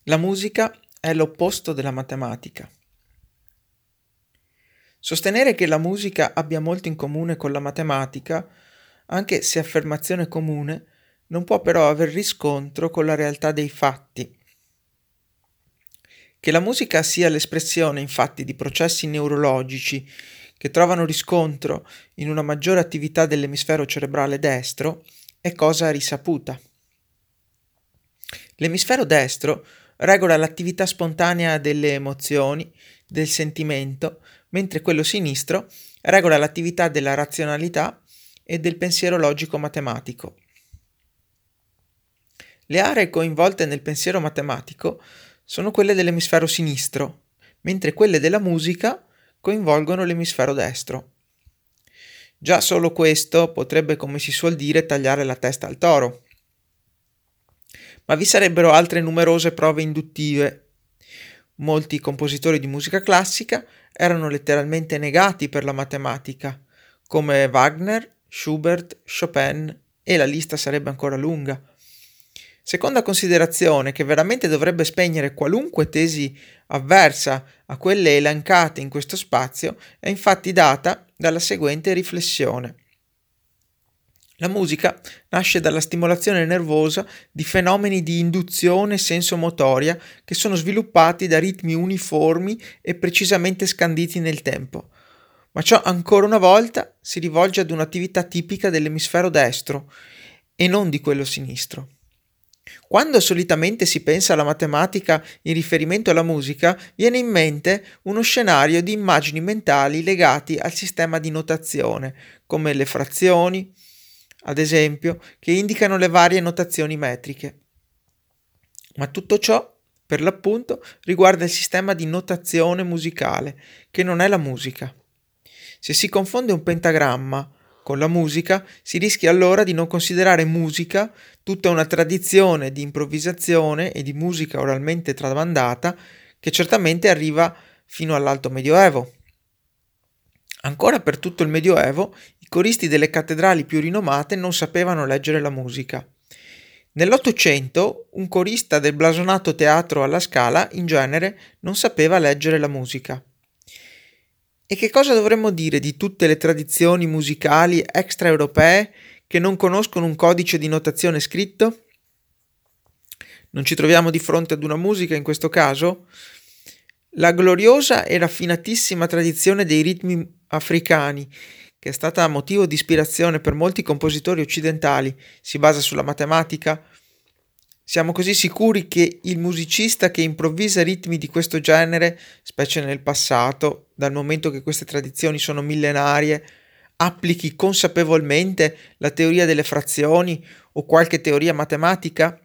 La musica è l'opposto della matematica. Sostenere che la musica abbia molto in comune con la matematica, anche se affermazione comune, non può però aver riscontro con la realtà dei fatti. Che la musica sia l'espressione, infatti, di processi neurologici che trovano riscontro in una maggiore attività dell'emisfero cerebrale destro è cosa risaputa. L'emisfero destro regola l'attività spontanea delle emozioni, del sentimento, mentre quello sinistro regola l'attività della razionalità e del pensiero logico-matematico. Le aree coinvolte nel pensiero matematico sono quelle dell'emisfero sinistro, mentre quelle della musica coinvolgono l'emisfero destro. Già solo questo potrebbe, come si suol dire, tagliare la testa al toro. Ma vi sarebbero altre numerose prove induttive. Molti compositori di musica classica erano letteralmente negati per la matematica, come Wagner, Schubert, Chopin, e la lista sarebbe ancora lunga. Seconda considerazione che veramente dovrebbe spegnere qualunque tesi avversa a quelle elencate in questo spazio è infatti data dalla seguente riflessione. La musica nasce dalla stimolazione nervosa di fenomeni di induzione sensomotoria che sono sviluppati da ritmi uniformi e precisamente scanditi nel tempo. Ma ciò ancora una volta si rivolge ad un'attività tipica dell'emisfero destro e non di quello sinistro. Quando solitamente si pensa alla matematica in riferimento alla musica, viene in mente uno scenario di immagini mentali legati al sistema di notazione, come le frazioni, ad esempio, che indicano le varie notazioni metriche. Ma tutto ciò, per l'appunto, riguarda il sistema di notazione musicale, che non è la musica. Se si confonde un pentagramma con la musica, si rischia allora di non considerare musica tutta una tradizione di improvvisazione e di musica oralmente tramandata che certamente arriva fino all'Alto Medioevo. Ancora per tutto il Medioevo, i coristi delle cattedrali più rinomate non sapevano leggere la musica. Nell'Ottocento, un corista del blasonato teatro alla Scala, in genere, non sapeva leggere la musica. E che cosa dovremmo dire di tutte le tradizioni musicali extraeuropee che non conoscono un codice di notazione scritto? Non ci troviamo di fronte ad una musica in questo caso? La gloriosa e raffinatissima tradizione dei ritmi africani, che è stata motivo di ispirazione per molti compositori occidentali, si basa sulla matematica? Siamo così sicuri che il musicista che improvvisa ritmi di questo genere, specie nel passato, dal momento che queste tradizioni sono millenarie, applichi consapevolmente la teoria delle frazioni o qualche teoria matematica?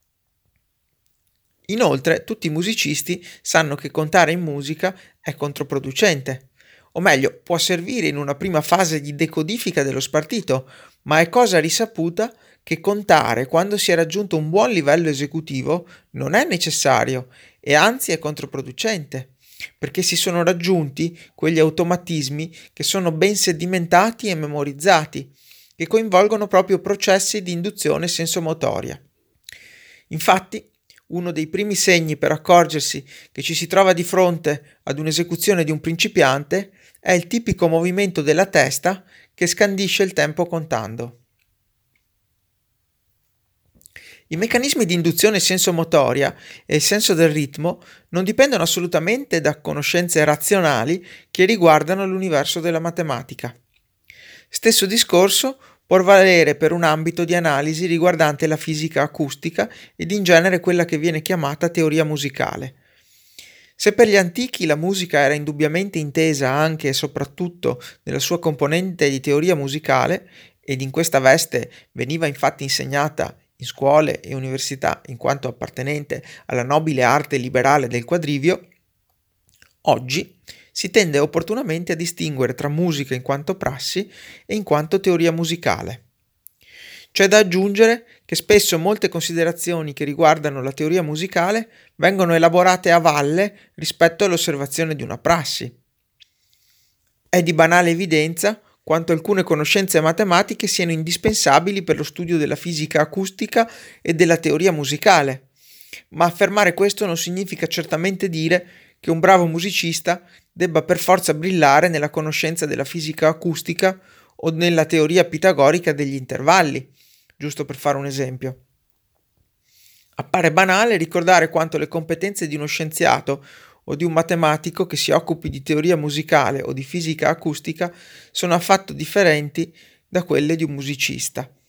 Inoltre, tutti i musicisti sanno che contare in musica è controproducente. O meglio, può servire in una prima fase di decodifica dello spartito, ma è cosa risaputa che contare quando si è raggiunto un buon livello esecutivo non è necessario e anzi è controproducente, perché si sono raggiunti quegli automatismi che sono ben sedimentati e memorizzati, che coinvolgono proprio processi di induzione sensomotoria. Infatti, uno dei primi segni per accorgersi che ci si trova di fronte ad un'esecuzione di un principiante è il tipico movimento della testa che scandisce il tempo contando. I meccanismi di induzione sensomotoria e il senso del ritmo non dipendono assolutamente da conoscenze razionali che riguardano l'universo della matematica. Stesso discorso può valere per un ambito di analisi riguardante la fisica acustica ed in genere quella che viene chiamata teoria musicale. Se per gli antichi la musica era indubbiamente intesa anche e soprattutto nella sua componente di teoria musicale, ed in questa veste veniva infatti insegnata in scuole e università in quanto appartenente alla nobile arte liberale del quadrivio, oggi si tende opportunamente a distinguere tra musica in quanto prassi e in quanto teoria musicale. C'è da aggiungere che spesso molte considerazioni che riguardano la teoria musicale vengono elaborate a valle rispetto all'osservazione di una prassi. È di banale evidenza quanto alcune conoscenze matematiche siano indispensabili per lo studio della fisica acustica e della teoria musicale, Ma affermare questo non significa certamente dire che un bravo musicista debba per forza brillare nella conoscenza della fisica acustica o nella teoria pitagorica degli intervalli, giusto per fare un esempio. Appare banale ricordare quanto le competenze di uno scienziato o di un matematico che si occupi di teoria musicale o di fisica acustica sono affatto differenti da quelle di un musicista.